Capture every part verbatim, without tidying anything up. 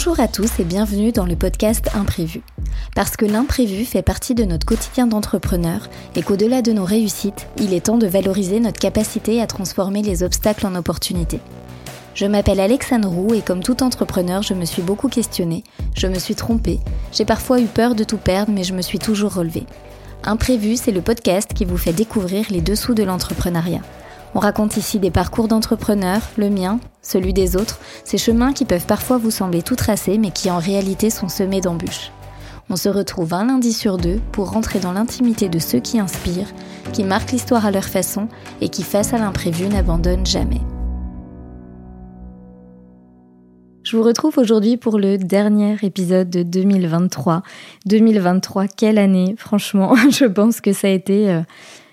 Bonjour à tous et bienvenue dans le podcast Imprévu. Parce que l'imprévu fait partie de notre quotidien d'entrepreneur et qu'au-delà de nos réussites, il est temps de valoriser notre capacité à transformer les obstacles en opportunités. Je m'appelle Alexandre Roux et comme tout entrepreneur, je me suis beaucoup questionnée, je me suis trompée, j'ai parfois eu peur de tout perdre mais je me suis toujours relevée. Imprévu, c'est le podcast qui vous fait découvrir les dessous de l'entrepreneuriat. On raconte ici des parcours d'entrepreneurs, le mien, celui des autres, ces chemins qui peuvent parfois vous sembler tout tracés mais qui en réalité sont semés d'embûches. On se retrouve un lundi sur deux pour rentrer dans l'intimité de ceux qui inspirent, qui marquent l'histoire à leur façon et qui, face à l'imprévu, n'abandonnent jamais. Je vous retrouve aujourd'hui pour le dernier épisode de deux mille vingt-trois. deux mille vingt-trois, quelle année, franchement, je pense que ça a été euh,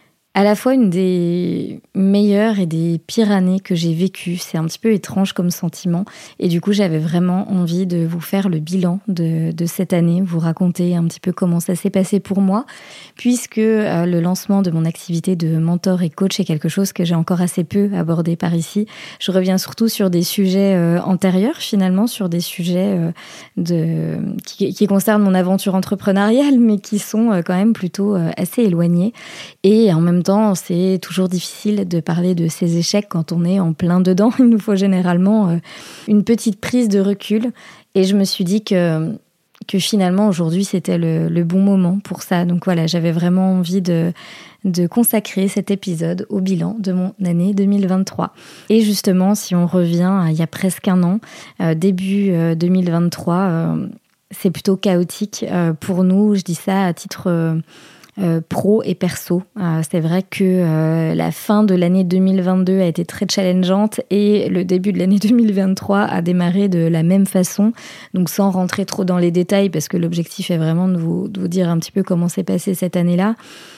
à la fois une des meilleures et des pires années que j'ai vécues. C'est un petit peu étrange comme sentiment. Et du coup, j'avais vraiment envie de vous faire le bilan de, de cette année, vous raconter un petit peu comment ça s'est passé pour moi, puisque euh, le lancement de mon activité de mentor et coach est quelque chose que j'ai encore assez peu abordé par ici. Je reviens surtout sur des sujets euh, antérieurs, finalement, sur des sujets euh, de, qui, qui concernent mon aventure entrepreneuriale, mais qui sont euh, quand même plutôt euh, assez éloignés. Et en même temps, c'est toujours difficile de parler de ces échecs quand on est en plein dedans. Il nous faut généralement euh, une petite prise de recul. Et je me suis dit que, que finalement, aujourd'hui, c'était le, le bon moment pour ça. Donc voilà, j'avais vraiment envie de, de consacrer cet épisode au bilan de mon année deux mille vingt-trois. Et justement, si on revient à il y a presque un an, euh, début euh, deux mille vingt-trois, euh, c'est plutôt chaotique euh, pour nous. Je dis ça à titre... Euh, Euh, pro et perso. Euh, c'est vrai que euh, la fin de l'année deux mille vingt-deux a été très challengeante et le début de l'année deux mille vingt-trois a démarré de la même façon. Donc sans rentrer trop dans les détails parce que l'objectif est vraiment de vous, de vous dire un petit peu comment s'est passé cette année-là.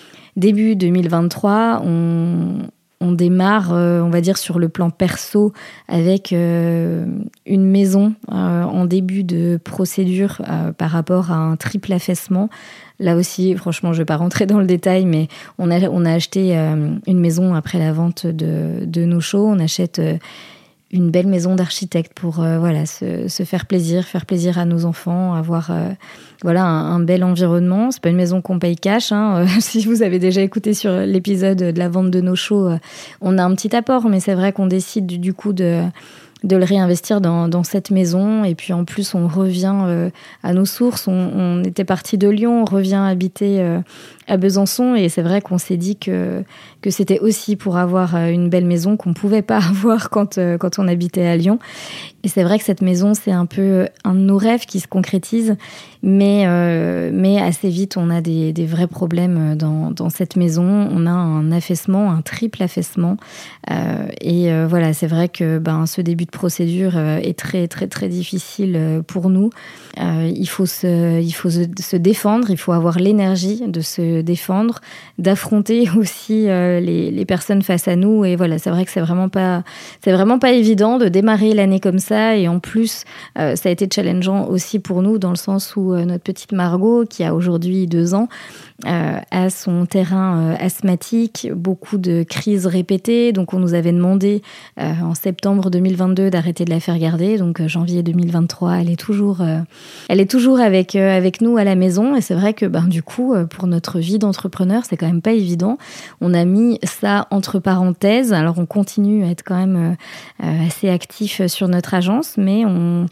Début deux mille vingt-trois, on... On démarre, euh, on va dire, sur le plan perso avec euh, une maison euh, en début de procédure euh, par rapport à un triple affaissement. Là aussi, franchement, je ne vais pas rentrer dans le détail, mais on a, on a acheté euh, une maison après la vente de, de nos shows. On achète euh, une belle maison d'architecte pour euh, voilà, se, se faire plaisir, faire plaisir à nos enfants, avoir euh, voilà, un, un bel environnement. C'est pas une maison qu'on paye cash. Hein. Euh, si vous avez déjà écouté sur l'épisode de la vente de nos shows, euh, on a un petit apport, mais c'est vrai qu'on décide du, du coup de... de le réinvestir dans, dans cette maison. Et puis en plus, on revient euh, à nos sources. On, on était parti de Lyon, on revient habiter euh, à Besançon. Et c'est vrai qu'on s'est dit que, que c'était aussi pour avoir une belle maison qu'on ne pouvait pas avoir quand, euh, quand on habitait à Lyon. Et c'est vrai que cette maison, c'est un peu un de nos rêves qui se concrétise. Mais, euh, mais assez vite, on a des, des vrais problèmes dans, dans cette maison. On a un affaissement, un triple affaissement. Euh, et euh, voilà, c'est vrai que ben, ce début de procédure est très, très, très difficile pour nous. Euh, il faut, se, il faut se, se défendre, il faut avoir l'énergie de se défendre, d'affronter aussi euh, les, les personnes face à nous. Et voilà, c'est vrai que c'est vraiment pas, c'est vraiment pas évident de démarrer l'année comme ça. Et en plus, euh, ça a été challengeant aussi pour nous dans le sens où euh, notre petite Margot, qui a aujourd'hui deux ans, euh, a son terrain euh, asthmatique, beaucoup de crises répétées. Donc on nous avait demandé euh, en septembre deux mille vingt-deux d'arrêter de la faire garder. Donc euh, janvier deux mille vingt-trois, elle est toujours, euh, elle est toujours avec, euh, avec nous à la maison. Et c'est vrai que ben, du coup, euh, pour notre vie d'entrepreneur, c'est quand même pas évident. On a mis ça entre parenthèses. Alors on continue à être quand même euh, assez actif sur notre agence, mais on...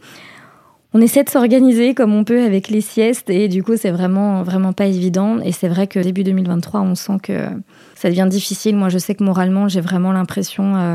On essaie de s'organiser comme on peut avec les siestes et du coup, c'est vraiment, vraiment pas évident. Et c'est vrai que début deux mille vingt-trois, on sent que ça devient difficile. Moi, je sais que moralement, j'ai vraiment l'impression euh,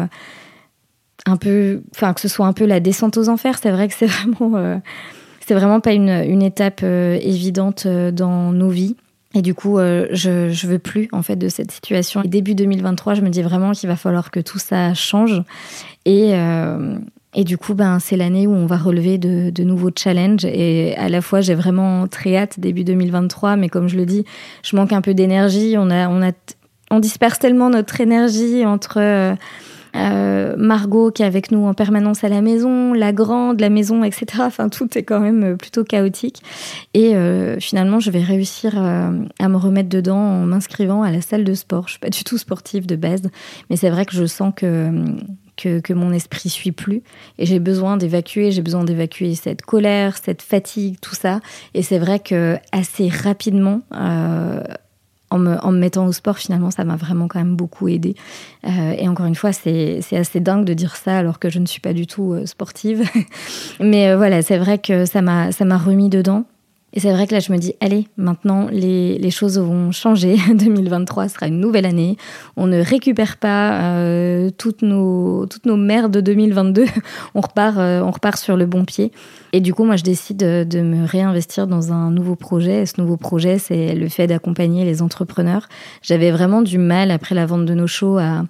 un peu, enfin, que ce soit un peu la descente aux enfers. C'est vrai que c'est vraiment, euh, c'est vraiment pas une, une étape euh, évidente dans nos vies. Et du coup, euh, je, je veux plus, en fait, de cette situation. Et début deux mille vingt-trois, je me dis vraiment qu'il va falloir que tout ça change. Et... Euh, Et du coup, ben, c'est l'année où on va relever de, de nouveaux challenges. Et à la fois, j'ai vraiment très hâte début deux mille vingt-trois. Mais comme je le dis, je manque un peu d'énergie. On a, on a, on disperse tellement notre énergie entre euh, euh, Margot qui est avec nous en permanence à la maison, la grande, la maison, et cetera. Enfin, tout est quand même plutôt chaotique. Et euh, finalement, je vais réussir euh, à me remettre dedans en m'inscrivant à la salle de sport. Je suis pas du tout sportive de base, mais c'est vrai que je sens que que, que mon esprit suit plus. Et j'ai besoin d'évacuer, j'ai besoin d'évacuer cette colère, cette fatigue, tout ça. Et c'est vrai que assez rapidement, euh, en, me, en me mettant au sport, finalement, ça m'a vraiment quand même beaucoup aidée. Euh, et encore une fois, c'est, c'est assez dingue de dire ça alors que je ne suis pas du tout euh, sportive. Mais euh, voilà, c'est vrai que ça m'a, ça m'a remis dedans. Et c'est vrai que là, je me dis, allez, maintenant, les, les choses vont changer. deux mille vingt-trois sera une nouvelle année. On ne récupère pas euh, toutes nos, toutes nos merdes de deux mille vingt-deux. On repart, euh, on repart sur le bon pied. Et du coup, moi, je décide de, de me réinvestir dans un nouveau projet. Et ce nouveau projet, c'est le fait d'accompagner les entrepreneurs. J'avais vraiment du mal, après la vente de nos shows, à...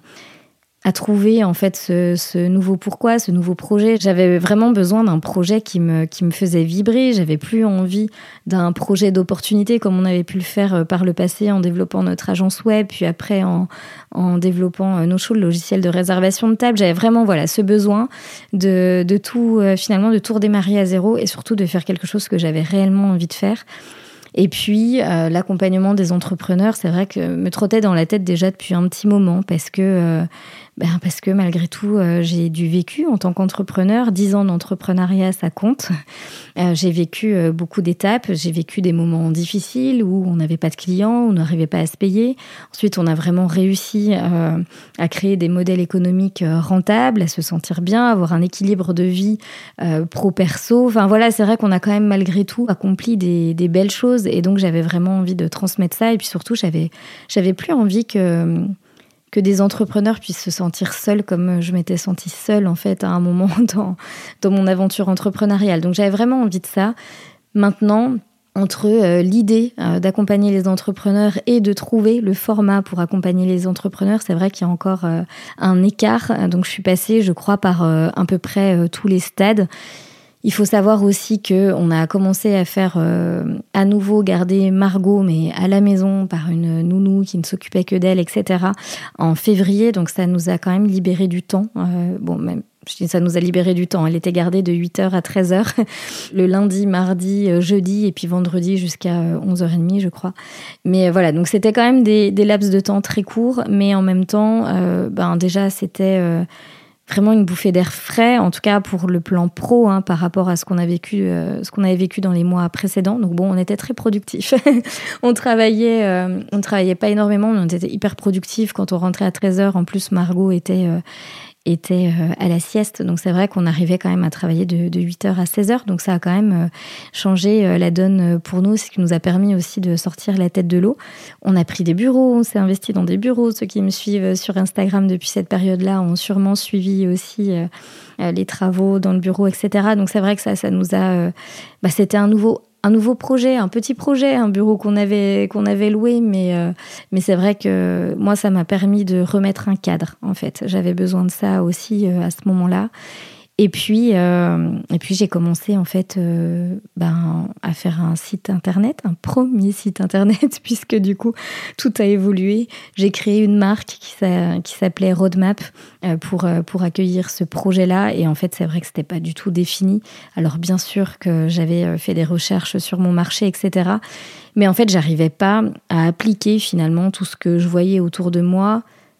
à trouver en fait ce, ce nouveau pourquoi, ce nouveau projet. J'avais vraiment besoin d'un projet qui me, qui me faisait vibrer. J'avais plus envie d'un projet d'opportunité comme on avait pu le faire par le passé en développant notre agence web, puis après en, en développant nos shows, le logiciel de réservation de table. J'avais vraiment voilà, ce besoin de, de tout, euh, finalement, de tout redémarrer à zéro et surtout de faire quelque chose que j'avais réellement envie de faire. Et puis, euh, l'accompagnement des entrepreneurs, c'est vrai que me trottait dans la tête déjà depuis un petit moment parce que, euh, ben parce que malgré tout, euh, j'ai du vécu en tant qu'entrepreneur. Dix ans d'entrepreneuriat, ça compte. Euh, j'ai vécu euh, beaucoup d'étapes. J'ai vécu des moments difficiles où on n'avait pas de clients, où on n'arrivait pas à se payer. Ensuite, on a vraiment réussi euh, à créer des modèles économiques rentables, à se sentir bien, avoir un équilibre de vie euh, pro-perso. Enfin voilà, c'est vrai qu'on a quand même malgré tout accompli des, des belles choses. Et donc, j'avais vraiment envie de transmettre ça. Et puis surtout, j'avais, j'avais plus envie que, que des entrepreneurs puissent se sentir seuls comme je m'étais sentie seule, en fait, à un moment dans, dans mon aventure entrepreneuriale. Donc, j'avais vraiment envie de ça. Maintenant, entre euh, l'idée euh, d'accompagner les entrepreneurs et de trouver le format pour accompagner les entrepreneurs, c'est vrai qu'il y a encore euh, un écart. Donc, je suis passée, je crois, par euh, à peu près euh, tous les stades. Il faut savoir aussi qu'on a commencé à faire euh, à nouveau garder Margot, mais à la maison par une nounou qui ne s'occupait que d'elle, et cetera en février. Donc ça nous a quand même libéré du temps. Euh, bon, même, je dis ça nous a libéré du temps. Elle était gardée de huit heures à treize heures, le lundi, mardi, jeudi et puis vendredi jusqu'à onze heures trente, je crois. Mais voilà, donc c'était quand même des, des laps de temps très courts, mais en même temps, euh, ben déjà c'était... Euh, vraiment une bouffée d'air frais, en tout cas pour le plan pro, hein, par rapport à ce qu'on a vécu, euh, ce qu'on avait vécu dans les mois précédents. Donc bon, on était très productifs. on travaillait, euh, on travaillait pas énormément, mais on était hyper productifs. Quand on rentrait à treize heures, en plus Margot était euh, était euh, à la sieste. Donc c'est vrai qu'on arrivait quand même à travailler de, de huit heures à seize heures. Donc ça a quand même euh, changé euh, la donne pour nous, ce qui nous a permis aussi de sortir la tête de l'eau. On a pris des bureaux, on s'est investi dans des bureaux. Ceux qui me suivent sur Instagram depuis cette période-là ont sûrement suivi aussi euh, euh, les travaux dans le bureau, et cetera. Donc c'est vrai que ça, ça nous a... Euh, bah, c'était un nouveau... un nouveau projet, un petit projet, un bureau qu'on avait, qu'on avait loué, mais, euh, mais c'est vrai que moi, ça m'a permis de remettre un cadre, en fait. J'avais besoin de ça aussi euh, à ce moment-là. Et puis, euh, et puis j'ai commencé, en fait, euh, ben, à faire un site internet, un premier site internet, puisque du coup, tout a évolué. J'ai créé une marque qui, s'a, qui s'appelait Roadmap euh, pour, euh, pour accueillir ce projet-là. Et en fait, c'est vrai que c'était pas du tout défini. Alors, bien sûr que j'avais fait des recherches sur mon marché, et cetera. Mais en fait, j'arrivais pas à appliquer finalement tout ce que je voyais autour de moi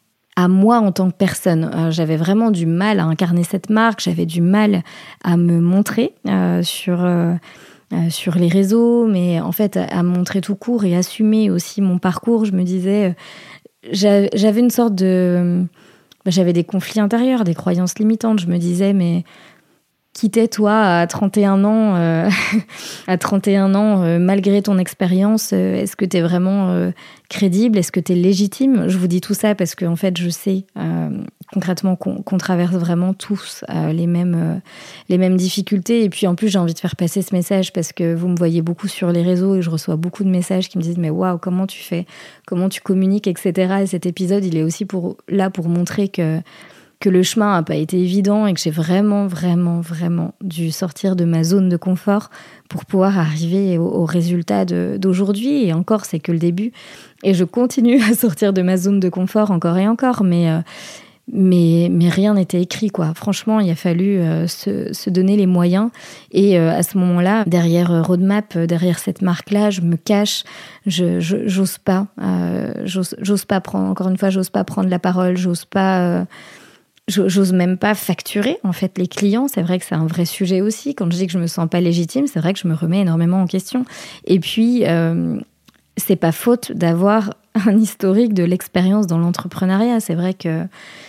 à moi en tant que personne. Euh, j'avais vraiment du mal à incarner cette marque, j'avais du mal à me montrer euh, sur, euh, euh, sur les réseaux, mais en fait, à, à me montrer tout court et assumer aussi mon parcours. Je me disais, euh, j'avais, j'avais une sorte de... Bah, j'avais des conflits intérieurs, des croyances limitantes. Je me disais, mais... Quitter toi à trente et un ans, euh, à trente et un ans, euh, malgré ton expérience, euh, est-ce que tu es vraiment euh, crédible? Est-ce que tu es légitime? Je vous dis tout ça parce que en fait, je sais euh, concrètement qu'on, qu'on traverse vraiment tous euh, les mêmes euh, les mêmes difficultés. Et puis en plus, j'ai envie de faire passer ce message parce que vous me voyez beaucoup sur les réseaux et je reçois beaucoup de messages qui me disent mais waouh, comment tu fais, comment tu communiques, et cetera. Et cet épisode, il est aussi pour là pour montrer que que le chemin n'a pas été évident et que j'ai vraiment, vraiment, vraiment dû sortir de ma zone de confort pour pouvoir arriver au, au résultat de, d'aujourd'hui. Et encore, c'est que le début. Et je continue à sortir de ma zone de confort encore et encore, mais, euh, mais, mais rien n'était écrit, quoi. Franchement, il a fallu euh, se, se donner les moyens. Et euh, à ce moment-là, derrière euh, Roadmap, euh, derrière cette marque-là, je me cache, je, je, j'ose pas. Euh, j'ose, j'ose pas prendre, encore une fois, j'ose pas prendre la parole, j'ose pas... Euh, j'ose même pas facturer en fait les clients. C'est vrai que c'est un vrai sujet aussi. Quand je dis que je me sens pas légitime, c'est vrai que je me remets énormément en question. Et puis, euh, c'est pas faute d'avoir un historique de l'expérience dans l'entrepreneuriat. C'est vrai que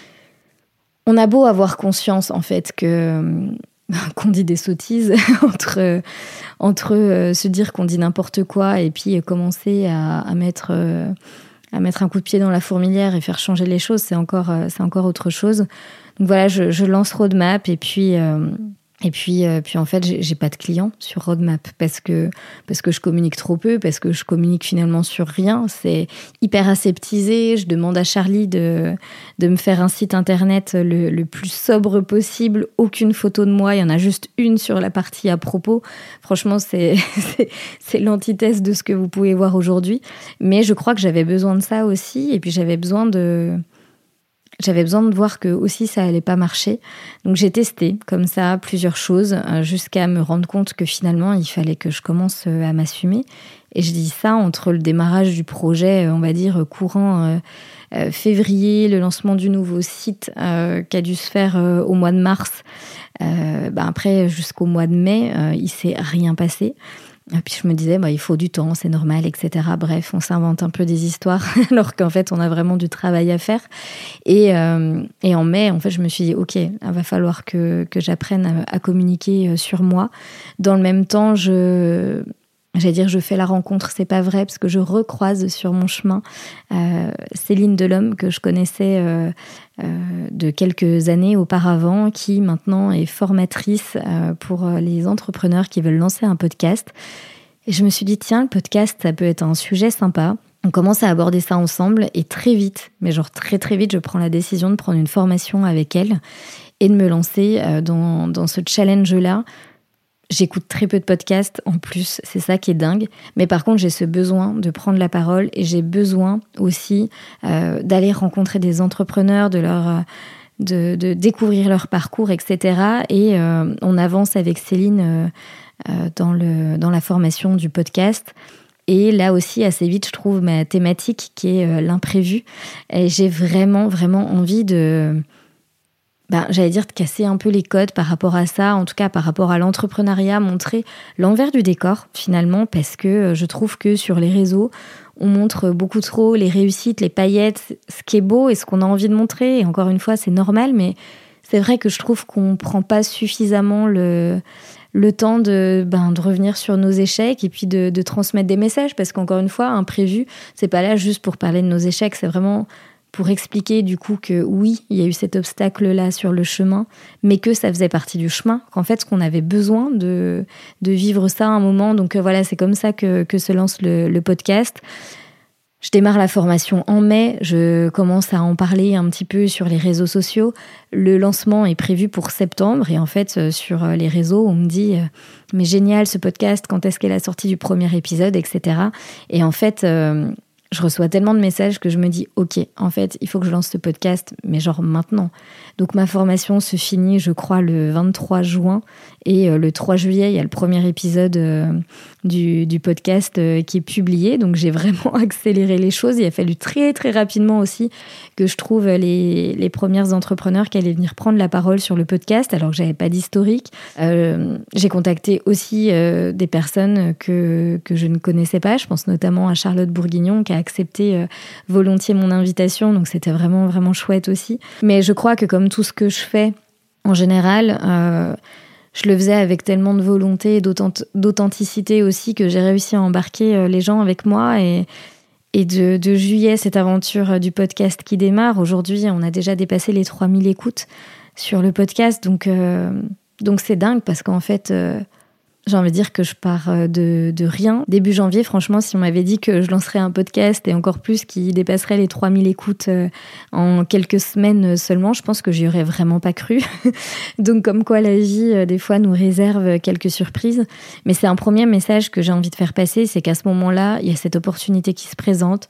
on a beau avoir conscience en fait que qu'on dit des sottises entre entre euh, se dire qu'on dit n'importe quoi et puis commencer à, à mettre euh, à mettre un coup de pied dans la fourmilière et faire changer les choses, c'est encore, euh, c'est encore autre chose. Donc voilà, je, je lance Roadmap et puis, euh, et puis, euh, puis en fait, j'ai, j'ai pas de clients sur Roadmap parce que, parce que je communique trop peu, parce que je communique finalement sur rien. C'est hyper aseptisé. Je demande à Charlie de, de me faire un site internet le, le plus sobre possible. Aucune photo de moi, il y en a juste une sur la partie à propos. Franchement, c'est, c'est, c'est l'antithèse de ce que vous pouvez voir aujourd'hui. Mais je crois que j'avais besoin de ça aussi. Et puis j'avais besoin de... J'avais besoin de voir que aussi ça allait pas marcher. Donc j'ai testé comme ça plusieurs choses euh, jusqu'à me rendre compte que finalement il fallait que je commence euh, à m'assumer. Et je dis ça entre le démarrage du projet, on va dire courant euh, euh, février, le lancement du nouveau site euh, qui a dû se faire euh, au mois de mars. Euh, bah après jusqu'au mois de mai, euh, il s'est rien passé. Et puis je me disais, bah, il faut du temps, c'est normal, et cetera. Bref, on s'invente un peu des histoires, alors qu'en fait, on a vraiment du travail à faire. Et, euh, et en mai, en fait, je me suis dit, ok, il va falloir que, que j'apprenne à, à communiquer sur moi. Dans le même temps, je... J'allais dire, je fais la rencontre, c'est pas vrai, parce que je recroise sur mon chemin euh, Céline Delhomme, que je connaissais euh, euh, de quelques années auparavant, qui maintenant est formatrice euh, pour les entrepreneurs qui veulent lancer un podcast. Et je me suis dit, tiens, le podcast, ça peut être un sujet sympa. On commence à aborder ça ensemble, et très vite, mais genre très très vite, je prends la décision de prendre une formation avec elle et de me lancer euh, dans, dans ce challenge-là. J'écoute très peu de podcasts, en plus, c'est ça qui est dingue. Mais par contre, j'ai ce besoin de prendre la parole et j'ai besoin aussi euh, d'aller rencontrer des entrepreneurs, de leur, de, de découvrir leur parcours, et cetera. Et euh, on avance avec Céline euh, euh, dans, le, dans la formation du podcast. Et là aussi, assez vite, je trouve ma thématique qui est euh, l'imprévu. Et j'ai vraiment, vraiment envie de... Ben, j'allais dire de casser un peu les codes par rapport à ça, en tout cas par rapport à l'entrepreneuriat, montrer l'envers du décor finalement, parce que je trouve que sur les réseaux, on montre beaucoup trop les réussites, les paillettes, ce qui est beau et ce qu'on a envie de montrer. Et encore une fois, c'est normal, mais c'est vrai que je trouve qu'on ne prend pas suffisamment le, le temps de, ben, de revenir sur nos échecs et puis de, de transmettre des messages, parce qu'encore une fois, Imprévu, c'est pas là juste pour parler de nos échecs, c'est vraiment... pour expliquer du coup que oui, il y a eu cet obstacle-là sur le chemin, mais que ça faisait partie du chemin, qu'en fait, qu'on avait besoin de, de vivre ça à un moment. Donc euh, voilà, c'est comme ça que, que se lance le, le podcast. Je démarre la formation en mai, je commence à en parler un petit peu sur les réseaux sociaux. Le lancement est prévu pour septembre et en fait, sur les réseaux, on me dit « mais génial ce podcast, quand est-ce qu'elle a sorti du premier épisode, et cetera » Et en fait... Euh, je reçois tellement de messages que je me dis, ok, en fait, il faut que je lance ce podcast, mais genre maintenant. Donc ma formation se finit, je crois, le vingt-trois juin. Et le trois juillet, il y a le premier épisode euh, du, du podcast euh, qui est publié. Donc j'ai vraiment accéléré les choses. Il a fallu très, très rapidement aussi que je trouve les, les premières entrepreneurs qui allaient venir prendre la parole sur le podcast, alors que j'avais pas d'historique. Euh, j'ai contacté aussi euh, des personnes que, que je ne connaissais pas. Je pense notamment à Charlotte Bourguignon, qui a accepté euh, volontiers mon invitation. Donc c'était vraiment, vraiment chouette aussi. Mais je crois que comme tout ce que je fais, en général... Euh, je le faisais avec tellement de volonté et d'authenticité aussi que j'ai réussi à embarquer les gens avec moi. Et, et de, de juillet, cette aventure du podcast qui démarre. Aujourd'hui, on a déjà dépassé les trois mille écoutes sur le podcast. Donc, euh, donc c'est dingue parce qu'en fait, euh, j'ai envie de dire que je pars de, de rien. Début janvier, franchement, si on m'avait dit que je lancerais un podcast et encore plus qui dépasserait les trois mille écoutes en quelques semaines seulement, je pense que j'y aurais vraiment pas cru. Donc comme quoi la vie, des fois, nous réserve quelques surprises. Mais c'est un premier message que j'ai envie de faire passer, c'est qu'à ce moment-là, il y a cette opportunité qui se présente.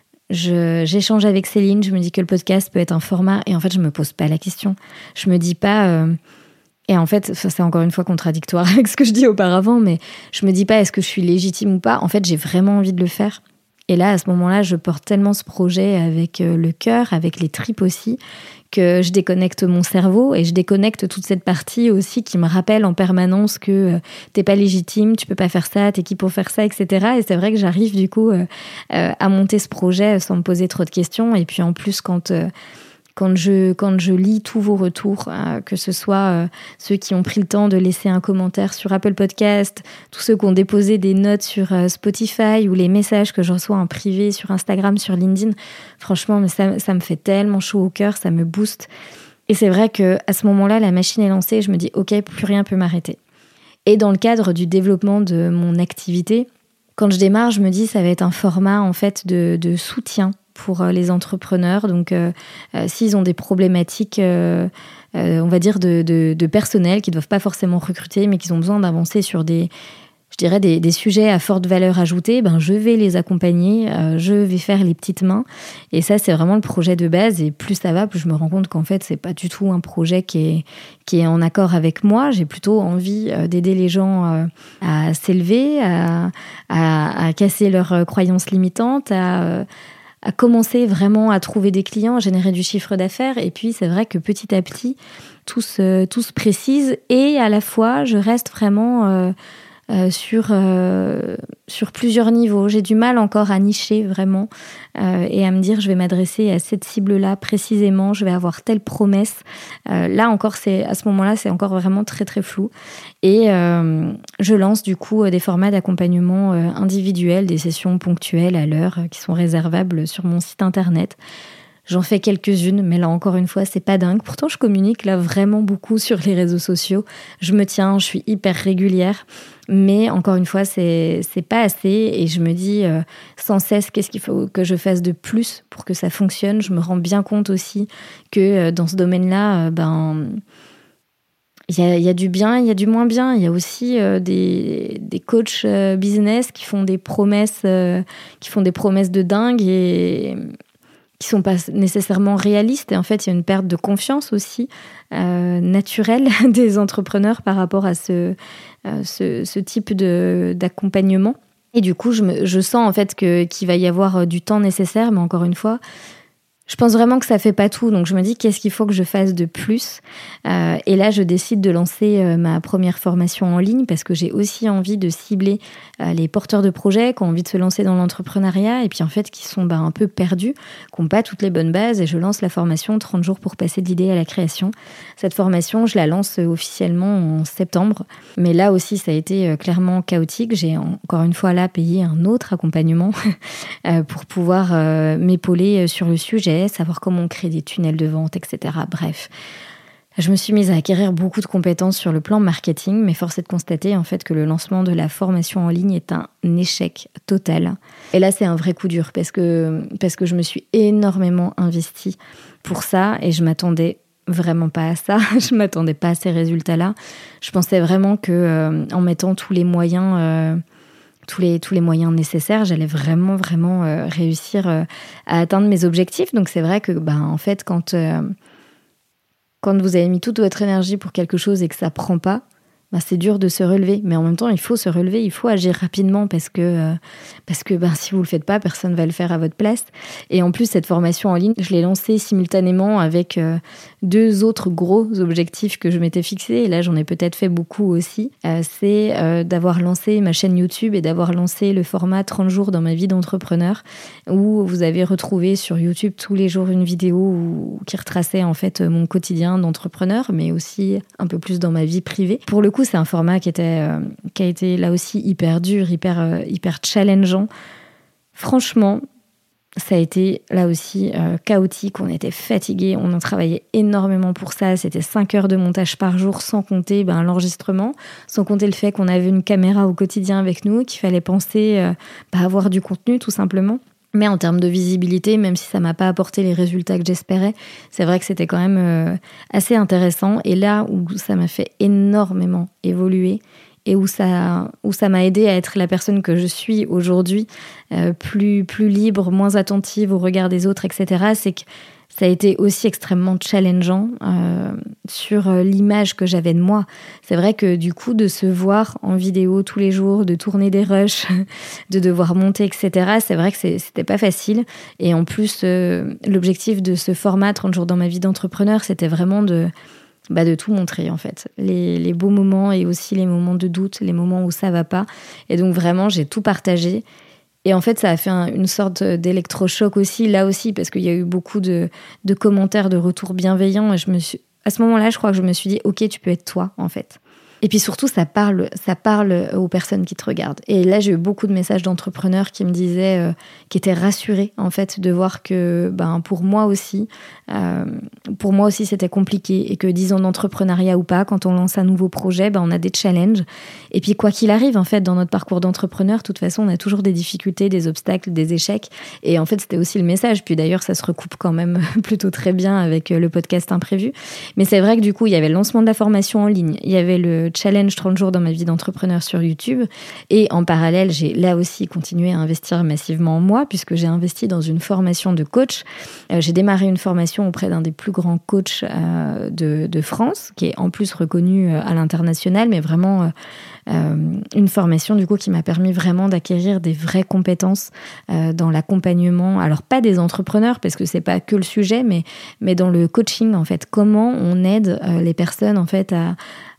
Je, j'échange avec Céline, je me dis que le podcast peut être un format et en fait, je me pose pas la question. Je me dis pas... Euh, Et en fait, ça, c'est encore une fois contradictoire avec ce que je dis auparavant, mais je me dis pas est-ce que je suis légitime ou pas. En fait, j'ai vraiment envie de le faire. Et là, à ce moment-là, je porte tellement ce projet avec le cœur, avec les tripes aussi, que je déconnecte mon cerveau et je déconnecte toute cette partie aussi qui me rappelle en permanence que euh, t'es pas légitime, tu peux pas faire ça, t'es qui pour faire ça, et cetera. Et c'est vrai que j'arrive du coup euh, euh, à monter ce projet sans me poser trop de questions. Et puis en plus, quand... Euh, Quand je, quand je lis tous vos retours, euh, que ce soit euh, ceux qui ont pris le temps de laisser un commentaire sur Apple Podcast, tous ceux qui ont déposé des notes sur euh, Spotify ou les messages que je reçois en privé sur Instagram, sur LinkedIn, franchement, mais ça, ça me fait tellement chaud au cœur, ça me booste. Et c'est vrai qu'à ce moment-là, la machine est lancée, je me dis « Ok, plus rien peut m'arrêter ». Et dans le cadre du développement de mon activité, quand je démarre, je me dis ça va être un format en fait de, de soutien pour les entrepreneurs. Donc, euh, euh, s'ils ont des problématiques, euh, euh, on va dire, de, de, de personnel, qu'ils ne doivent pas forcément recruter, mais qu'ils ont besoin d'avancer sur des, je dirais, des, des sujets à forte valeur ajoutée, ben, je vais les accompagner, euh, je vais faire les petites mains. Et ça, c'est vraiment le projet de base. Et plus ça va, plus je me rends compte qu'en fait, ce n'est pas du tout un projet qui est, qui est en accord avec moi. J'ai plutôt envie d'aider les gens euh, à s'élever, à, à, à casser leurs croyances limitantes, à... Euh, à commencer vraiment à trouver des clients, à générer du chiffre d'affaires. Et puis, c'est vrai que petit à petit, tout se, tout se précise. Et à la fois, je reste vraiment euh, euh, sur, euh, sur plusieurs niveaux. J'ai du mal encore à nicher vraiment euh, et à me dire, je vais m'adresser à cette cible-là précisément, je vais avoir telle promesse. Euh, là encore, c'est, à ce moment-là, c'est encore vraiment très, très flou. Et euh, je lance du coup des formats d'accompagnement euh, individuels, des sessions ponctuelles à l'heure euh, qui sont réservables sur mon site internet. J'en fais quelques-unes, mais là encore une fois, c'est pas dingue. Pourtant, je communique là vraiment beaucoup sur les réseaux sociaux. Je me tiens, je suis hyper régulière, mais encore une fois, c'est c'est pas assez. Et je me dis euh, sans cesse qu'est-ce qu'il faut que je fasse de plus pour que ça fonctionne. Je me rends bien compte aussi que euh, dans ce domaine-là, euh, ben il y a, il y a du bien, il y a du moins bien. Il y a aussi euh, des, des coachs euh, business qui font des promesses, euh, qui font des promesses de dingue et qui sont pas nécessairement réalistes. Et en fait, il y a une perte de confiance aussi euh, naturelle des entrepreneurs par rapport à ce, euh, ce, ce type de, d'accompagnement. Et du coup, je, me, je sens en fait que, qu'il va y avoir du temps nécessaire, mais encore une fois, je pense vraiment que ça fait pas tout, donc je me dis qu'est-ce qu'il faut que je fasse de plus. Euh, et là, je décide de lancer euh, ma première formation en ligne parce que j'ai aussi envie de cibler euh, les porteurs de projets qui ont envie de se lancer dans l'entrepreneuriat et puis en fait qui sont bah, un peu perdus, qui n'ont pas toutes les bonnes bases. Et je lance la formation trente jours pour passer de l'idée à la création. Cette formation, je la lance officiellement en septembre. Mais là aussi, ça a été euh, clairement chaotique. J'ai encore une fois là payé un autre accompagnement euh, pour pouvoir euh, m'épauler sur le sujet, savoir comment on crée des tunnels de vente, et cetera. Bref, je me suis mise à acquérir beaucoup de compétences sur le plan marketing, mais force est de constater en fait que le lancement de la formation en ligne est un échec total. Et là, c'est un vrai coup dur parce que, parce que je me suis énormément investie pour ça et je m'attendais vraiment pas à ça. Je m'attendais pas à ces résultats-là. Je pensais vraiment que euh, en mettant tous les moyens... Euh, Tous les, tous les moyens nécessaires, j'allais vraiment, vraiment euh, réussir euh, à atteindre mes objectifs. Donc, c'est vrai que, bah, en fait, quand, euh, quand vous avez mis toute votre énergie pour quelque chose et que ça ne prend pas, bah, c'est dur de se relever. Mais en même temps, il faut se relever, il faut agir rapidement parce que, euh, parce que bah, si vous ne le faites pas, personne ne va le faire à votre place. Et en plus, cette formation en ligne, je l'ai lancée simultanément avec euh, deux autres gros objectifs que je m'étais fixés. Et là, j'en ai peut-être fait beaucoup aussi. Euh, c'est euh, d'avoir lancé ma chaîne YouTube et d'avoir lancé le format trente jours dans ma vie d'entrepreneur où vous avez retrouvé sur YouTube tous les jours une vidéo où, qui retraçait en fait mon quotidien d'entrepreneur, mais aussi un peu plus dans ma vie privée. Pour le coup, c'est un format qui, était, euh, qui a été là aussi hyper dur, hyper, euh, hyper challengeant. Franchement, ça a été là aussi euh, chaotique. On était fatigués, on en travaillait énormément pour ça. C'était cinq heures de montage par jour, sans compter ben, l'enregistrement, sans compter le fait qu'on avait une caméra au quotidien avec nous, qu'il fallait penser euh, ben, avoir du contenu tout simplement. Mais en termes de visibilité, même si ça m'a pas apporté les résultats que j'espérais, c'est vrai que c'était quand même euh, assez intéressant. Et là où ça m'a fait énormément évoluer et où ça, où ça m'a aidé à être la personne que je suis aujourd'hui, euh, plus, plus libre, moins attentive au regard des autres, et cetera, c'est que ça a été aussi extrêmement challengeant euh, sur l'image que j'avais de moi. C'est vrai que du coup, de se voir en vidéo tous les jours, de tourner des rushs, de devoir monter, et cetera, c'est vrai que c'est, c'était pas facile. Et en plus, euh, l'objectif de ce format trente jours dans ma vie d'entrepreneur, c'était vraiment de, bah, de tout montrer, en fait. Les, les beaux moments et aussi les moments de doute, les moments où ça va pas. Et donc vraiment, j'ai tout partagé. Et en fait, ça a fait un, une sorte d'électrochoc aussi, là aussi, parce qu'il y a eu beaucoup de, de commentaires, de retours bienveillants. Et je me suis, à ce moment-là, je crois que je me suis dit, OK, tu peux être toi, en fait. Et puis surtout, ça parle, ça parle aux personnes qui te regardent. Et là, j'ai eu beaucoup de messages d'entrepreneurs qui me disaient, euh, qui étaient rassurés, en fait, de voir que, ben, pour moi aussi, euh, pour moi aussi, c'était compliqué. Et que dix ans d'entrepreneuriat ou pas, quand on lance un nouveau projet, ben, on a des challenges. Et puis, quoi qu'il arrive, en fait, dans notre parcours d'entrepreneur, de toute façon, on a toujours des difficultés, des obstacles, des échecs. Et en fait, c'était aussi le message. Puis d'ailleurs, ça se recoupe quand même plutôt très bien avec le podcast Imprévu. Mais c'est vrai que du coup, il y avait le lancement de la formation en ligne. Il y avait le challenge trente jours dans ma vie d'entrepreneur sur YouTube. Et en parallèle, j'ai là aussi continué à investir massivement en moi, puisque j'ai investi dans une formation de coach. Euh, j'ai démarré une formation auprès d'un des plus grands coachs euh, de, de France, qui est en plus reconnu à l'international, mais vraiment... Euh, Euh, une formation du coup qui m'a permis vraiment d'acquérir des vraies compétences euh, dans l'accompagnement, alors pas des entrepreneurs parce que c'est pas que le sujet, mais, mais dans le coaching en fait, comment on aide euh, les personnes en fait à,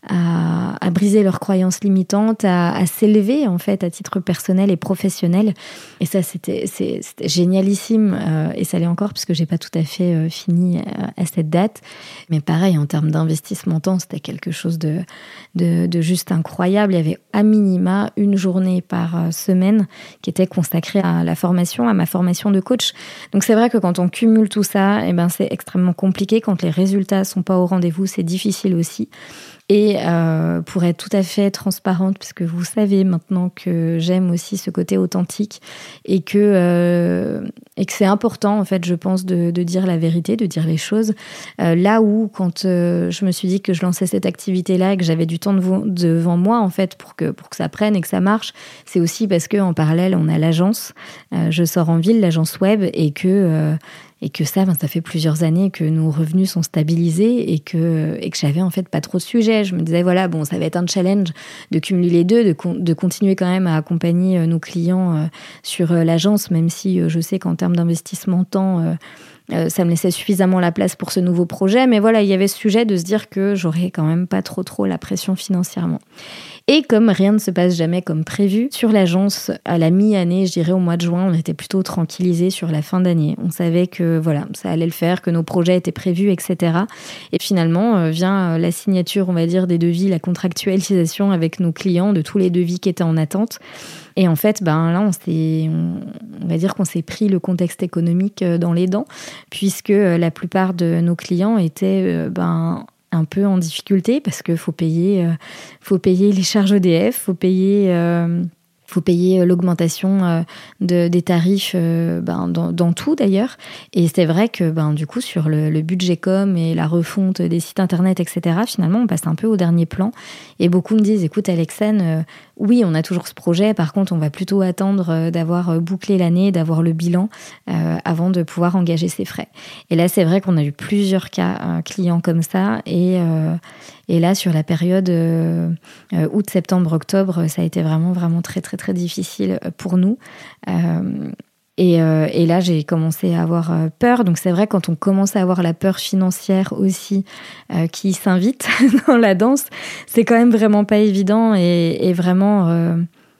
à, à briser leurs croyances limitantes, à, à s'élever en fait à titre personnel et professionnel. Et ça c'était, c'est, c'était génialissime euh, et ça l'est encore puisque j'ai pas tout à fait euh, fini à, à cette date. Mais pareil en termes d'investissement temps, c'était quelque chose de, de, de juste incroyable. Il y avait à minima une journée par semaine qui était consacrée à la formation, à ma formation de coach. Donc c'est vrai que quand on cumule tout ça, eh ben c'est extrêmement compliqué. Quand les résultats sont pas au rendez-vous, c'est difficile aussi. Et euh, pour être tout à fait transparente, parce que vous savez maintenant que j'aime aussi ce côté authentique et que, euh, et que c'est important, en fait, je pense, de, de dire la vérité, de dire les choses. Euh, là où, quand euh, je me suis dit que je lançais cette activité-là et que j'avais du temps devant, devant moi, en fait, pour que, pour que ça prenne et que ça marche, c'est aussi parce qu'en parallèle, on a l'agence. Euh, je sors en ville, l'agence web, et que... Euh, Et que ça, ben, ça fait plusieurs années que nos revenus sont stabilisés et que, et que j'avais en fait pas trop de sujets. Je me disais, voilà, bon, ça va être un challenge de cumuler les deux, de, con- de continuer quand même à accompagner nos clients euh, sur euh, l'agence, même si euh, je sais qu'en termes d'investissement temps, euh, euh, ça me laissait suffisamment la place pour ce nouveau projet. Mais voilà, il y avait ce sujet de se dire que j'aurais quand même pas trop trop la pression financièrement. Et comme rien ne se passe jamais comme prévu, sur l'agence, à la mi-année, je dirais au mois de juin, on était plutôt tranquillisés sur la fin d'année. On savait que voilà, ça allait le faire, que nos projets étaient prévus, et cetera. Et finalement, euh, vient la signature, on va dire, des devis, la contractualisation avec nos clients de tous les devis qui étaient en attente. Et en fait, ben là, on s'est, on, on va dire qu'on s'est pris le contexte économique dans les dents, puisque la plupart de nos clients étaient, ben, un peu en difficulté parce qu'il faut payer, euh, faut payer les charges E D F, faut payer, euh, faut payer l'augmentation euh, de, des tarifs euh, ben, dans, dans tout d'ailleurs. Et c'est vrai que ben, du coup, sur le, le budget com et la refonte des sites internet, et cetera, finalement, on passe un peu au dernier plan. Et beaucoup me disent, écoute Alexane, euh, oui, on a toujours ce projet. Par contre, on va plutôt attendre d'avoir bouclé l'année, d'avoir le bilan euh, avant de pouvoir engager ses frais. Et là, c'est vrai qu'on a eu plusieurs cas euh, clients comme ça. Et, euh, et là, sur la période euh, euh, août, septembre, octobre, ça a été vraiment, vraiment très, très, très difficile pour nous. Euh, Et, euh, et là, j'ai commencé à avoir peur. Donc, c'est vrai, quand on commence à avoir la peur financière aussi euh, qui s'invite dans la danse, c'est quand même vraiment pas évident. Et, et vraiment, euh,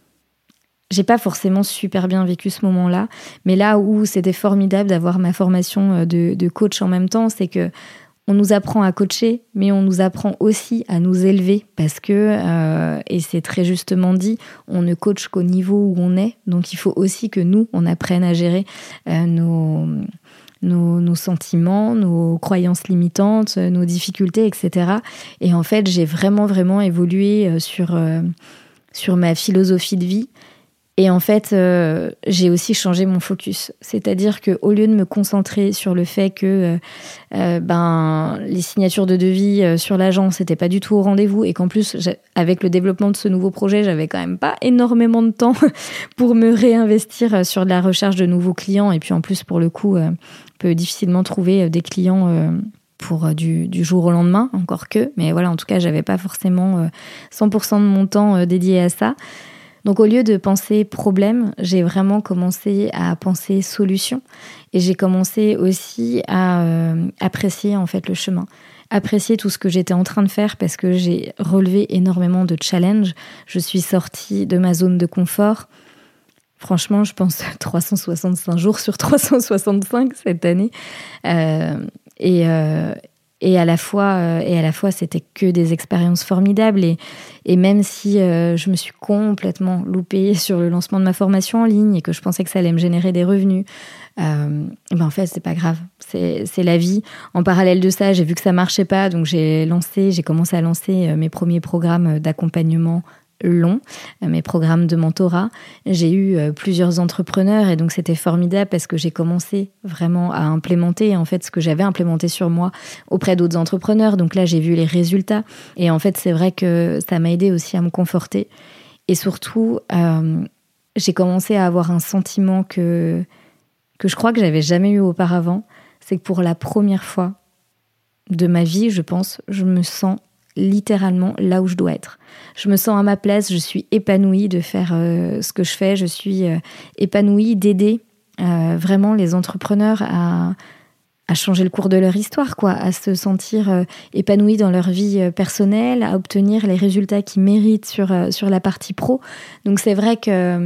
j'ai pas forcément super bien vécu ce moment-là. Mais là où c'était formidable d'avoir ma formation de, de coach en même temps, c'est que on nous apprend à coacher, mais on nous apprend aussi à nous élever parce que, euh, et c'est très justement dit, on ne coach qu'au niveau où on est. Donc, il faut aussi que nous, on apprenne à gérer euh, nos, nos, nos sentiments, nos croyances limitantes, nos difficultés, et cetera. Et en fait, j'ai vraiment, vraiment évolué sur, euh, sur ma philosophie de vie. Et en fait, euh, j'ai aussi changé mon focus. C'est-à-dire qu'au lieu de me concentrer sur le fait que euh, euh, ben, les signatures de devis euh, sur l'agence n'étaient pas du tout au rendez-vous et qu'en plus, avec le développement de ce nouveau projet, j'avais quand même pas énormément de temps pour me réinvestir sur de la recherche de nouveaux clients. Et puis en plus, pour le coup, euh, on peut difficilement trouver des clients euh, pour euh, du, du jour au lendemain, encore que. Mais voilà, en tout cas, j'avais pas forcément euh, cent pour cent de mon temps euh, dédié à ça. Donc au lieu de penser problème, j'ai vraiment commencé à penser solution et j'ai commencé aussi à euh, apprécier en fait le chemin, apprécier tout ce que j'étais en train de faire parce que j'ai relevé énormément de challenges. Je suis sortie de ma zone de confort. Franchement, je pense trois cent soixante-cinq jours sur trois cent soixante-cinq cette année. Euh, et, euh, et, à la fois, euh, et à la fois, c'était que des expériences formidables. Et, et même si euh, je me suis complètement loupée sur le lancement de ma formation en ligne et que je pensais que ça allait me générer des revenus, euh, et ben en fait, c'est pas grave. C'est, c'est la vie. En parallèle de ça, j'ai vu que ça marchait pas. Donc, j'ai lancé, j'ai commencé à lancer mes premiers programmes d'accompagnement long, mes programmes de mentorat. J'ai eu plusieurs entrepreneurs et donc c'était formidable parce que j'ai commencé vraiment à implémenter en fait ce que j'avais implémenté sur moi auprès d'autres entrepreneurs. Donc là, j'ai vu les résultats et en fait, c'est vrai que ça m'a aidé aussi à me conforter et surtout, euh, j'ai commencé à avoir un sentiment que, que je crois que j'avais jamais eu auparavant. C'est que pour la première fois de ma vie, je pense, je me sens littéralement là où je dois être. Je me sens à ma place, je suis épanouie de faire euh, ce que je fais, je suis euh, épanouie d'aider euh, vraiment les entrepreneurs à, à changer le cours de leur histoire, quoi, à se sentir euh, épanouis dans leur vie euh, personnelle, à obtenir les résultats qu'ils méritent sur, euh, sur la partie pro. Donc c'est vrai que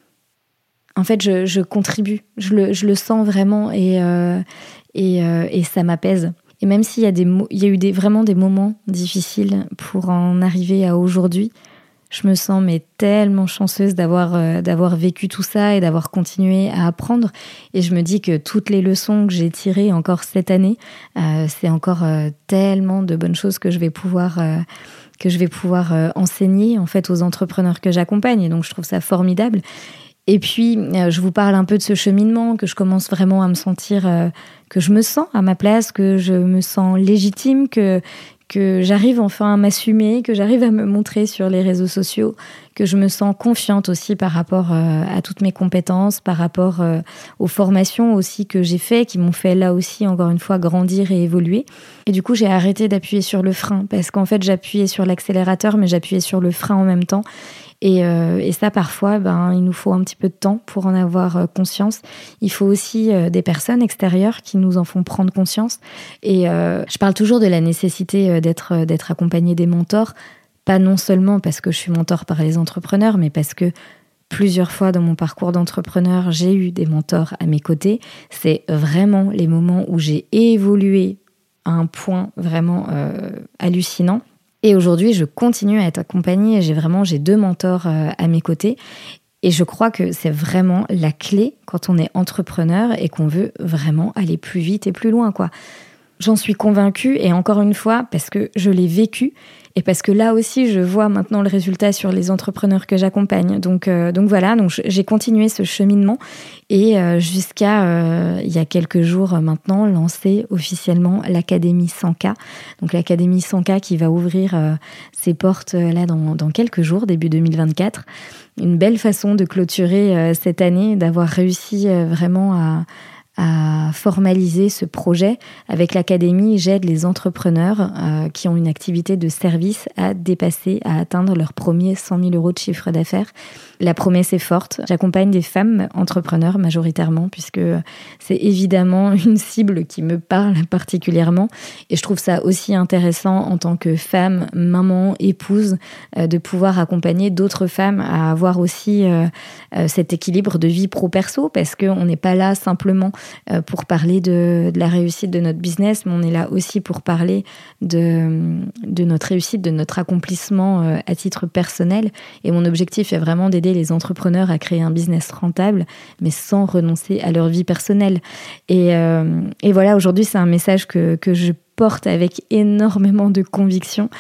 en fait, je, je contribue, je le, je le sens vraiment et, euh, et, euh, et ça m'apaise. Et même s'il y a, des, il y a eu des, vraiment des moments difficiles pour en arriver à aujourd'hui, je me sens mais tellement chanceuse d'avoir, euh, d'avoir vécu tout ça et d'avoir continué à apprendre. Et je me dis que toutes les leçons que j'ai tirées encore cette année, euh, c'est encore euh, tellement de bonnes choses que je vais pouvoir, euh, que je vais pouvoir euh, enseigner en fait, aux entrepreneurs que j'accompagne. Et donc je trouve ça formidable. Et puis, euh, je vous parle un peu de ce cheminement, que je commence vraiment à me sentir, euh, que je me sens à ma place, que je me sens légitime, que, que j'arrive enfin à m'assumer, que j'arrive à me montrer sur les réseaux sociaux, que je me sens confiante aussi par rapport euh, à toutes mes compétences, par rapport euh, aux formations aussi que j'ai fait, qui m'ont fait là aussi, encore une fois, grandir et évoluer. Et du coup, j'ai arrêté d'appuyer sur le frein, parce qu'en fait, j'appuyais sur l'accélérateur, mais j'appuyais sur le frein en même temps. Et, euh, et ça, parfois, ben, il nous faut un petit peu de temps pour en avoir euh, conscience. Il faut aussi euh, des personnes extérieures qui nous en font prendre conscience. Et euh, je parle toujours de la nécessité euh, d'être, euh, d'être accompagné des mentors, pas non seulement parce que je suis mentor par les entrepreneurs, mais parce que plusieurs fois dans mon parcours d'entrepreneur, j'ai eu des mentors à mes côtés. C'est vraiment les moments où j'ai évolué à un point vraiment euh, hallucinant. Et aujourd'hui, je continue à être accompagnée et j'ai vraiment j'ai deux mentors euh, à mes côtés. Et je crois que c'est vraiment la clé quand on est entrepreneur et qu'on veut vraiment aller plus vite et plus loin, quoi. J'en suis convaincue et encore une fois, parce que je l'ai vécu et parce que là aussi, je vois maintenant le résultat sur les entrepreneurs que j'accompagne. Donc, euh, donc voilà, donc j'ai continué ce cheminement et euh, jusqu'à, euh, il y a quelques jours maintenant, lancer officiellement l'Académie cent K. Donc l'Académie cent K qui va ouvrir euh, ses portes euh, là dans, dans quelques jours, début deux mille vingt-quatre. Une belle façon de clôturer euh, cette année, d'avoir réussi euh, vraiment à... à formaliser ce projet. Avec l'Académie, j'aide les entrepreneurs euh, qui ont une activité de service à dépasser, à atteindre leur premier cent mille euros de chiffre d'affaires. La promesse est forte. J'accompagne des femmes entrepreneurs majoritairement puisque c'est évidemment une cible qui me parle particulièrement et je trouve ça aussi intéressant en tant que femme, maman, épouse, euh, de pouvoir accompagner d'autres femmes à avoir aussi euh, euh, cet équilibre de vie pro-perso parce qu'on n'est pas là simplement pour parler de, de la réussite de notre business, mais on est là aussi pour parler de, de notre réussite, de notre accomplissement à titre personnel. Et mon objectif est vraiment d'aider les entrepreneurs à créer un business rentable, mais sans renoncer à leur vie personnelle. Et, euh, et voilà, aujourd'hui, c'est un message que, que je porte avec énormément de conviction.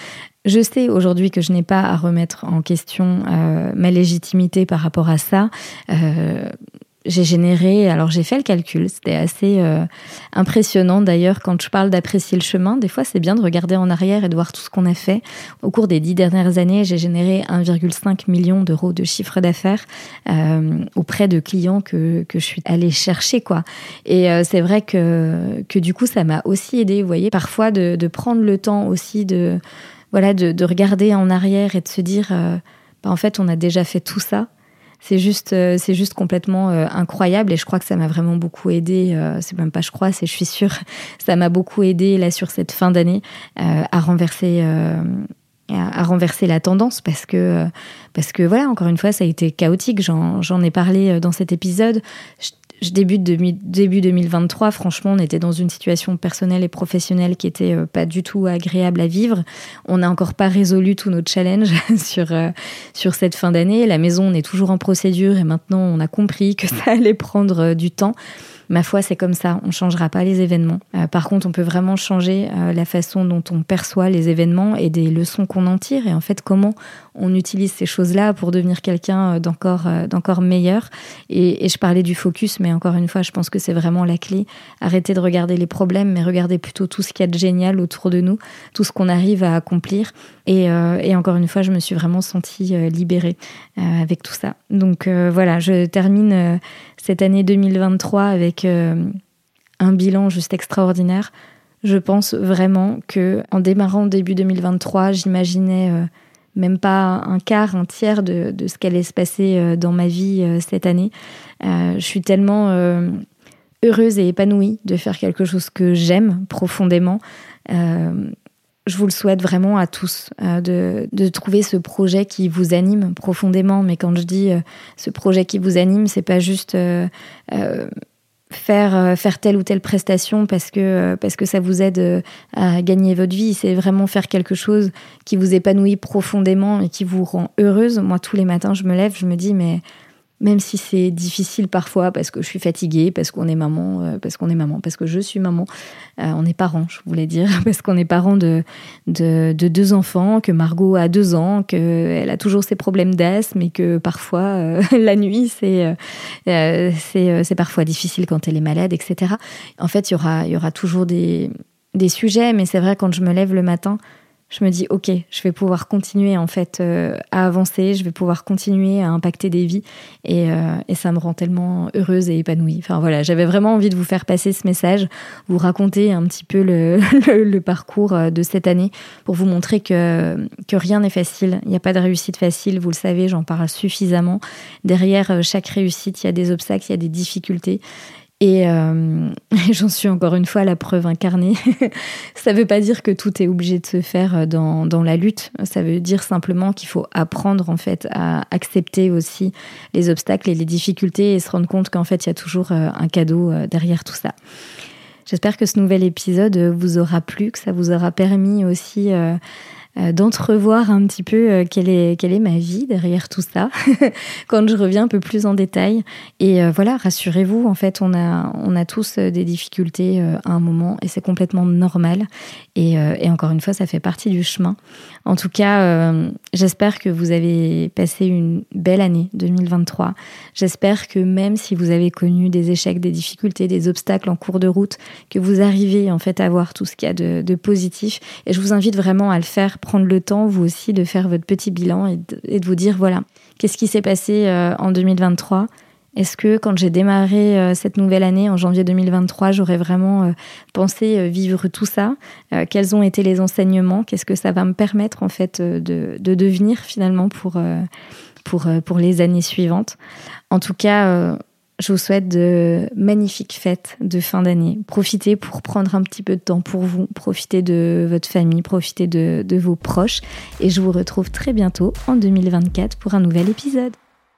Je sais aujourd'hui que je n'ai pas à remettre en question euh, ma légitimité par rapport à ça. Euh, j'ai généré, alors j'ai fait le calcul, c'était assez euh, impressionnant d'ailleurs quand je parle d'apprécier le chemin. Des fois, c'est bien de regarder en arrière et de voir tout ce qu'on a fait. Au cours des dix dernières années, j'ai généré un virgule cinq million d'euros de chiffre d'affaires euh, auprès de clients que, que je suis allée chercher, quoi. Et euh, c'est vrai que, que du coup, ça m'a aussi aidée, vous voyez, parfois de, de prendre le temps aussi de... Voilà, de, de regarder en arrière et de se dire, euh, bah en fait, on a déjà fait tout ça. C'est juste, euh, c'est juste complètement euh, incroyable et je crois que ça m'a vraiment beaucoup aidé. Euh, c'est même pas je crois, c'est je suis sûre. Ça m'a beaucoup aidé là sur cette fin d'année euh, à renverser, euh, à, à renverser la tendance parce que, euh, parce que voilà, encore une fois, ça a été chaotique. J'en, j'en ai parlé dans cet épisode. Je, Je débute de, début deux mille vingt-trois, franchement, on était dans une situation personnelle et professionnelle qui était euh, pas du tout agréable à vivre. On n'a encore pas résolu tous nos challenges sur, euh, sur cette fin d'année. La maison, on est toujours en procédure et maintenant, on a compris que ça allait prendre euh, du temps. Ma foi, c'est comme ça, on ne changera pas les événements. Euh, par contre, on peut vraiment changer euh, la façon dont on perçoit les événements et des leçons qu'on en tire et en fait, comment on utilise ces choses-là pour devenir quelqu'un d'encore, euh, d'encore meilleur. Et, et je parlais du focus, mais encore une fois, je pense que c'est vraiment la clé. Arrêtez de regarder les problèmes, mais regardez plutôt tout ce qu'il y a de génial autour de nous, tout ce qu'on arrive à accomplir. Et, euh, et encore une fois, je me suis vraiment sentie euh, libérée euh, avec tout ça. Donc euh, voilà, je termine euh, cette année deux mille vingt-trois avec euh, un bilan juste extraordinaire. Je pense vraiment que en démarrant début deux mille vingt-trois, j'imaginais euh, même pas un quart, un tiers de, de ce qu'allait se passer euh, dans ma vie euh, cette année. Euh, je suis tellement euh, heureuse et épanouie de faire quelque chose que j'aime profondément. Euh, Je vous le souhaite vraiment à tous, euh, de, de trouver ce projet qui vous anime profondément. Mais quand je dis euh, ce projet qui vous anime, c'est pas juste euh, euh, faire, euh, faire telle ou telle prestation parce que, euh, parce que ça vous aide euh, à gagner votre vie. C'est vraiment faire quelque chose qui vous épanouit profondément et qui vous rend heureuse. Moi, tous les matins, je me lève, je me dis, mais... Même si c'est difficile parfois parce que je suis fatiguée, parce qu'on est maman, euh, parce qu'on est maman, parce que je suis maman, euh, on est parents, je voulais dire, parce qu'on est parents de, de, de deux enfants, que Margot a deux ans, qu'elle a toujours ses problèmes d'asthme et que parfois euh, la nuit c'est, euh, c'est, c'est parfois difficile quand elle est malade, et cetera. En fait, il y aura, il y aura toujours des, des sujets, mais c'est vrai quand je me lève le matin, je me dis, ok, je vais pouvoir continuer en fait euh, à avancer, je vais pouvoir continuer à impacter des vies et, euh, et ça me rend tellement heureuse et épanouie. Enfin voilà, j'avais vraiment envie de vous faire passer ce message, vous raconter un petit peu le, le, le parcours de cette année pour vous montrer que, que rien n'est facile, il n'y a pas de réussite facile, vous le savez, j'en parle suffisamment. Derrière chaque réussite, il y a des obstacles, il y a des difficultés. Et euh, j'en suis encore une fois la preuve incarnée. Ça ne veut pas dire que tout est obligé de se faire dans, dans la lutte. Ça veut dire simplement qu'il faut apprendre en fait à accepter aussi les obstacles et les difficultés et se rendre compte qu'en fait il y a toujours un cadeau derrière tout ça. J'espère que ce nouvel épisode vous aura plu, que ça vous aura permis aussi euh, d'entrevoir un petit peu euh, quelle est, quelle est ma vie derrière tout ça quand je reviens un peu plus en détail. Et euh, voilà, rassurez-vous, en fait, on a, on a tous des difficultés euh, à un moment et c'est complètement normal. Et, euh, et encore une fois, ça fait partie du chemin. En tout cas, euh, j'espère que vous avez passé une belle année deux mille vingt-trois. J'espère que même si vous avez connu des échecs, des difficultés, des obstacles en cours de route, que vous arrivez en fait à voir tout ce qu'il y a de, de positif. Et je vous invite vraiment à le faire, prendre le temps, vous aussi, de faire votre petit bilan et de, et de vous dire, voilà, qu'est-ce qui s'est passé euh, en deux mille vingt-trois ? Est-ce que quand j'ai démarré euh, cette nouvelle année, en janvier deux mille vingt-trois, j'aurais vraiment euh, pensé euh, vivre tout ça ? euh, Quels ont été les enseignements ? Qu'est-ce que ça va me permettre en fait euh, de, de devenir finalement pour, euh, pour, euh, pour les années suivantes ? En tout cas, euh, je vous souhaite de magnifiques fêtes de fin d'année. Profitez pour prendre un petit peu de temps pour vous. Profitez de votre famille, profitez de, de vos proches. Et je vous retrouve très bientôt en deux mille vingt-quatre pour un nouvel épisode.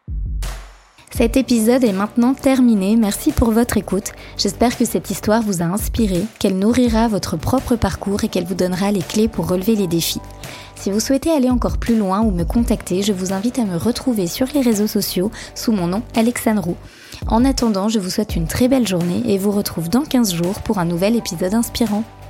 Cet épisode est maintenant terminé, merci pour votre écoute. J'espère que cette histoire vous a inspiré, qu'elle nourrira votre propre parcours et qu'elle vous donnera les clés pour relever les défis. Si vous souhaitez aller encore plus loin ou me contacter, je vous invite à me retrouver sur les réseaux sociaux sous mon nom Alexandre Roux. En attendant, je vous souhaite une très belle journée et vous retrouve dans quinze jours pour un nouvel épisode inspirant.